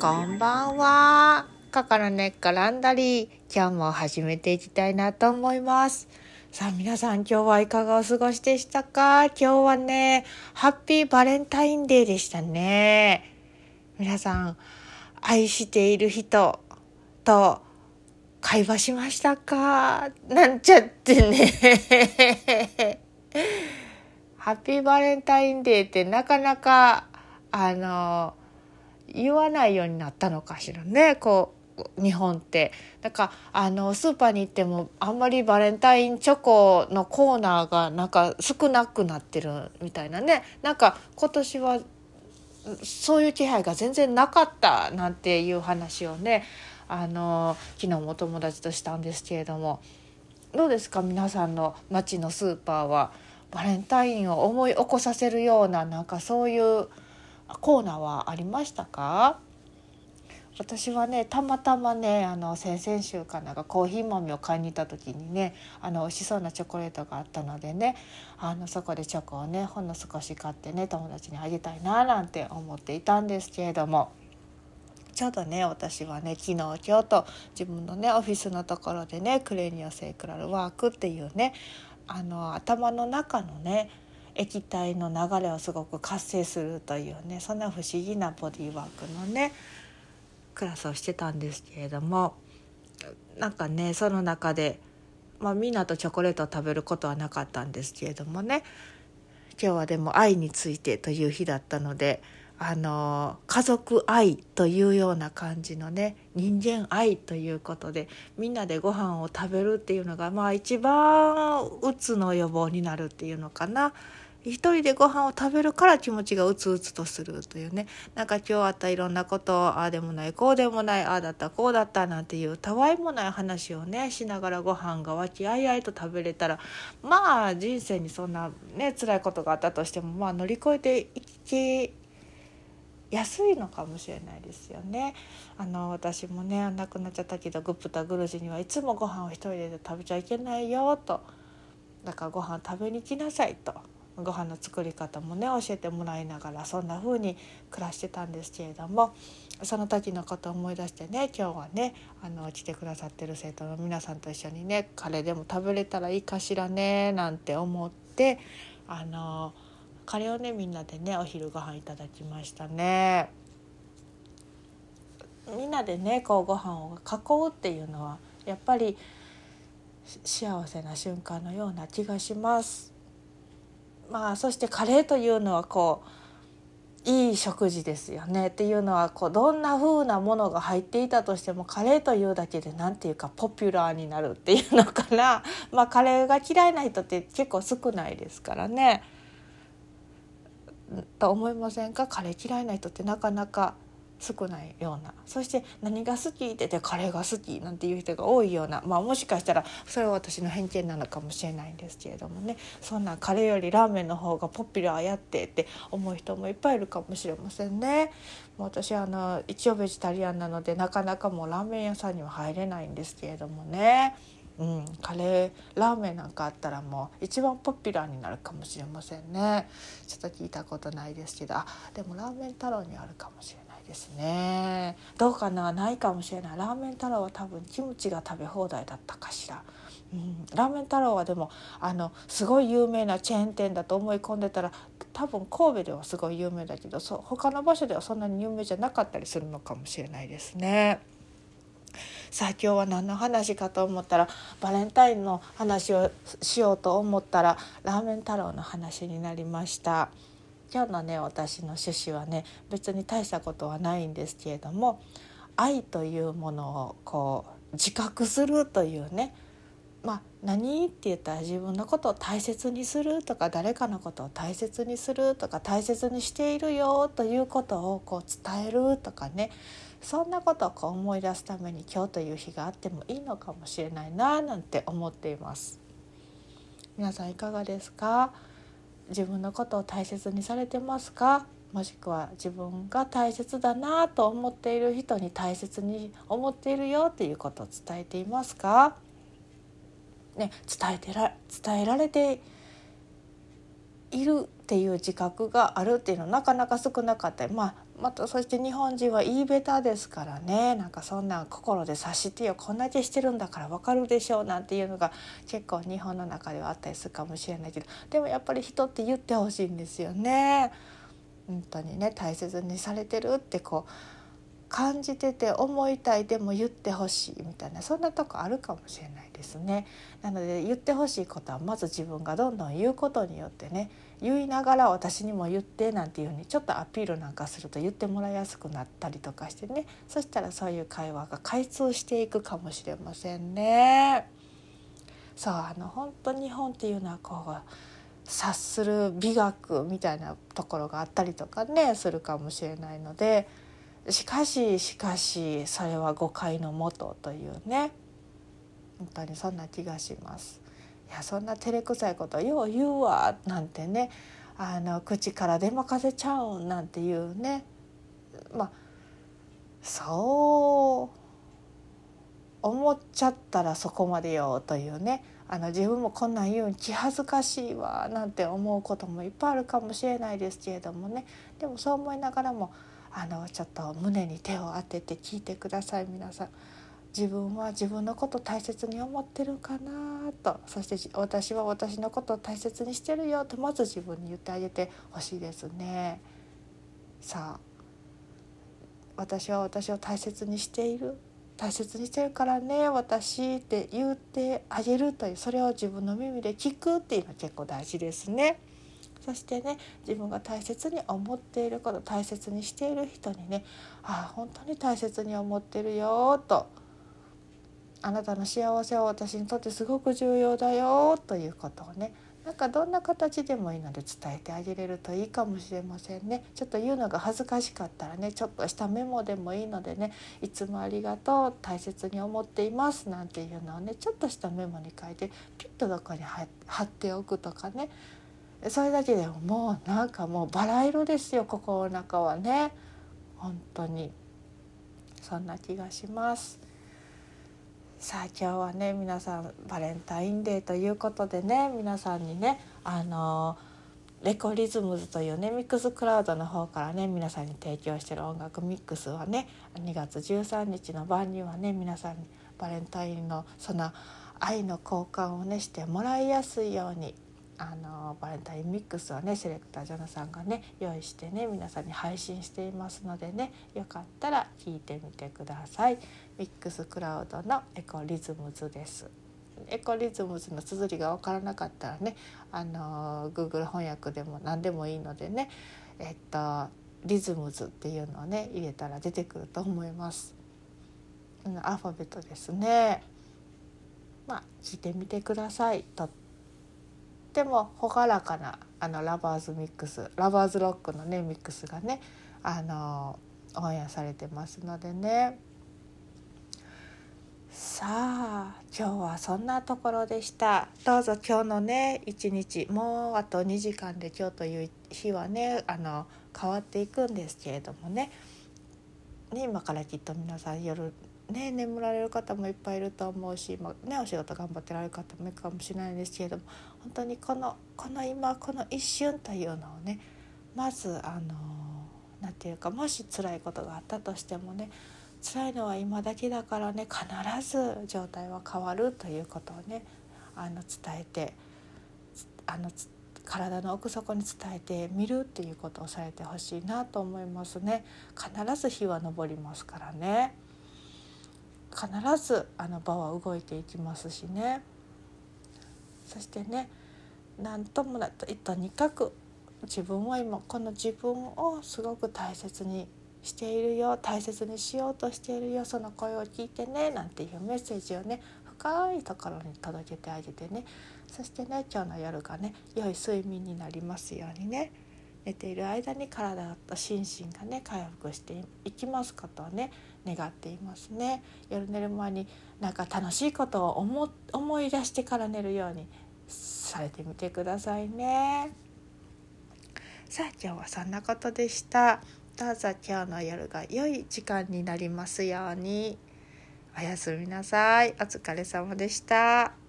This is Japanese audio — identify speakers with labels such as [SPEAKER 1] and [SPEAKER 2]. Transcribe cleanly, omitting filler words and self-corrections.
[SPEAKER 1] こんばんは。カカの根っこランダリー。今日も始めていきたいなと思います。さあ皆さん、今日はいかがお過ごしでしたか？今日はね、ハッピーバレンタインデーでしたね。皆さん、愛している人と会話しましたか？なんちゃってね。ハッピーバレンタインデーってなかなか言わないようになったのかしらね。日本ってスーパーに行ってもあんまりバレンタインチョコのコーナーが少なくなってるみたいなね。今年はそういう気配が全然なかったなんていう話をね、昨日もお友達としたんですけれども、どうですか皆さんの街のスーパーはバレンタインを思い起こさせるようなそういうコーナーはありましたか？私はね、たまたまね、先々週かなコーヒー豆を買いに行った時にね、美味しそうなチョコレートがあったのでね、そこでチョコをねほんの少し買ってね友達にあげたいななんて思っていたんですけれども、ちょうどね私はね昨日今日と自分のねオフィスのところでねクレニオセイクラルワークっていうね頭の中のね液体の流れをすごく活性するというね、そんな不思議なボディーワークのねクラスをしてたんですけれども、その中で、みんなとチョコレートを食べることはなかったんですけれどもね、今日はでも愛についてという日だったので、家族愛というような感じのね、人間愛ということでみんなでご飯を食べるっていうのが一番うつの予防になるっていうのかな。一人でご飯を食べるから気持ちがうつうつとするというね、今日あったいろんなことをああでもないこうでもない、ああだったこうだったなんていうたわいもない話をねしながらご飯がわきあいあいと食べれたら、人生にそんなね辛いことがあったとしても乗り越えていき安いのかもしれないですよね。私もね亡くなっちゃったけどグップタグルジにはいつもご飯を一人で食べちゃいけないよと、だからご飯食べに来なさいと、ご飯の作り方もね教えてもらいながらそんな風に暮らしてたんですけれども、その時のことを思い出してね、今日はね来てくださってる生徒の皆さんと一緒にねカレーでも食べれたらいいかしらねなんて思ってカレーをねみんなでねお昼ご飯いただきましたね。みんなでねご飯を囲うっていうのはやっぱり幸せな瞬間のような気がします。そしてカレーというのはいい食事ですよね。っていうのはどんな風なものが入っていたとしてもカレーというだけでなんていうかポピュラーになるっていうのかな。カレーが嫌いな人って結構少ないですからね。と思いませんか？カレー嫌いな人ってなかなか少ないような、そして何が好きって言ってカレーが好きなんていう人が多いような、もしかしたらそれは私の偏見なのかもしれないんですけれどもね、そんなカレーよりラーメンの方がポピュラーやって思う人もいっぱいいるかもしれませんね。もう私一応ベジタリアンなのでなかなかもうラーメン屋さんには入れないんですけれどもね、カレーラーメンなんかあったらもう一番ポピュラーになるかもしれませんね。ちょっと聞いたことないですけど、でもラーメン太郎にあるかもしれないですね。どうかな、ないかもしれない。ラーメン太郎は多分キムチが食べ放題だったかしら。ラーメン太郎はでもすごい有名なチェーン店だと思い込んでたら、多分神戸ではすごい有名だけど他の場所ではそんなに有名じゃなかったりするのかもしれないですね。さあ今日は何の話かと思ったらバレンタインの話をしようと思ったらラーメン太郎の話になりました。今日のね私の趣旨はね別に大したことはないんですけれども、愛というものを自覚するというね、何って言ったら自分のことを大切にするとか誰かのことを大切にするとか大切にしているよということを伝えるとかね、そんなことを思い出すために今日という日があってもいいのかもしれないななんて思っています。皆さんいかがですか？自分のことを大切にされてますか？もしくは自分が大切だなと思っている人に大切に思っているよということを伝えていますか？伝えられているっていう自覚があるっていうのはなかなか少なかったり、 またそして日本人は言い下手ですからね、なんかそんなん心で察してよ、こんな手してるんだからわかるでしょうなんていうのが結構日本の中ではあったりするかもしれないけど、でもやっぱり人って言ってほしいんですよね。本当にね、大切にされてるってこう感じてて思いたい、でも言ってほしいみたいな、そんなとこあるかもしれないですね。なので言ってほしいことはまず自分がどんどん言うことによってね、言いながら私にも言ってなんていうふうにちょっとアピールなんかすると言ってもらいやすくなったりとかしてね、そしたらそういう会話が開通していくかもしれませんね。そう本当日本っていうのはこう察する美学みたいなところがあったりとかねするかもしれないので、しかしそれは誤解のもとというね、本当にそんな気がします。いや、そんな照れくさいことよう言うわなんてね、口から出まかせちゃうんなんていうね、まあそう思っちゃったらそこまでよというね、自分もこんなん言うん気恥ずかしいわなんて思うこともいっぱいあるかもしれないですけれどもね、でもそう思いながらもちょっと胸に手を当てて聞いてください。皆さん、自分は自分のこと大切に思ってるかなと、そして私は私のことを大切にしてるよとまず自分に言ってあげてほしいですね。さあ、私は私を大切にしている、大切にしてるからね私って言ってあげるという、それを自分の耳で聞くっていうのは結構大事ですね。そしてね、自分が大切に思っていること、大切にしている人にね、本当に大切に思ってるよと、あなたの幸せは私にとってすごく重要だよということをね、なんかどんな形でもいいので伝えてあげれるといいかもしれませんね。ちょっと言うのが恥ずかしかったらね、ちょっとしたメモでもいいのでね、いつもありがとう、大切に思っていますなんていうのをね、ちょっとしたメモに書いてピッとどこに貼っておくとかね、それだけでももうなんかもうバラ色ですよ、心の中はね。本当にそんな気がします。さあ今日はね、皆さんバレンタインデーということでね、皆さんにねレコリズムズというねミックスクラウドの方からね皆さんに提供している音楽ミックスはね、2月13日の晩にはね皆さんにバレンタインのその愛の交換をねしてもらいやすいようにバレンタインミックスはねセレクタージョナさんがね用意してね皆さんに配信していますのでね、よかったら聞いてみてください。ミックスクラウドのエコリズムズです。エコリズムズの綴りが分からなかったらねGoogle 翻訳でも何でもいいのでね、リズムズっていうのをね入れたら出てくると思います。アルファベットですね。聞いてみてください。とっても朗らかなラバーズミックス、ラバーズロックのねミックスがねオンエアされてますのでね。さあ今日はそんなところでした。どうぞ今日のね一日、もうあと2時間で今日という日はね変わっていくんですけれどもね、今からきっと皆さん夜ね眠られる方もいっぱいいると思うし、お仕事頑張ってられる方もいるかもしれないんですけれども、本当にこの今この一瞬というのをね、まずなんていうか、もし辛いことがあったとしてもね、辛いのは今だけだからね、必ず状態は変わるということをね伝えて体の奥底に伝えてみるっていうことをされてほしいなと思いますね。必ず日は昇りますからね、必ず場は動いていきますしね。そしてね、なんともとにかく自分は今この自分をすごく大切にしているよ、大切にしようとしているよ、その声を聞いてねなんていうメッセージをね深いところに届けてあげてね、そしてね今日の夜がね良い睡眠になりますようにね、寝ている間に体と心身がね回復していきますことをね願っていますね。夜寝る前になんか楽しいことを思い出してから寝るようにされてみてくださいね。さあ今日はそんなことでした。どうぞ今日の夜が良い時間になりますように。おやすみなさい。お疲れ様でした。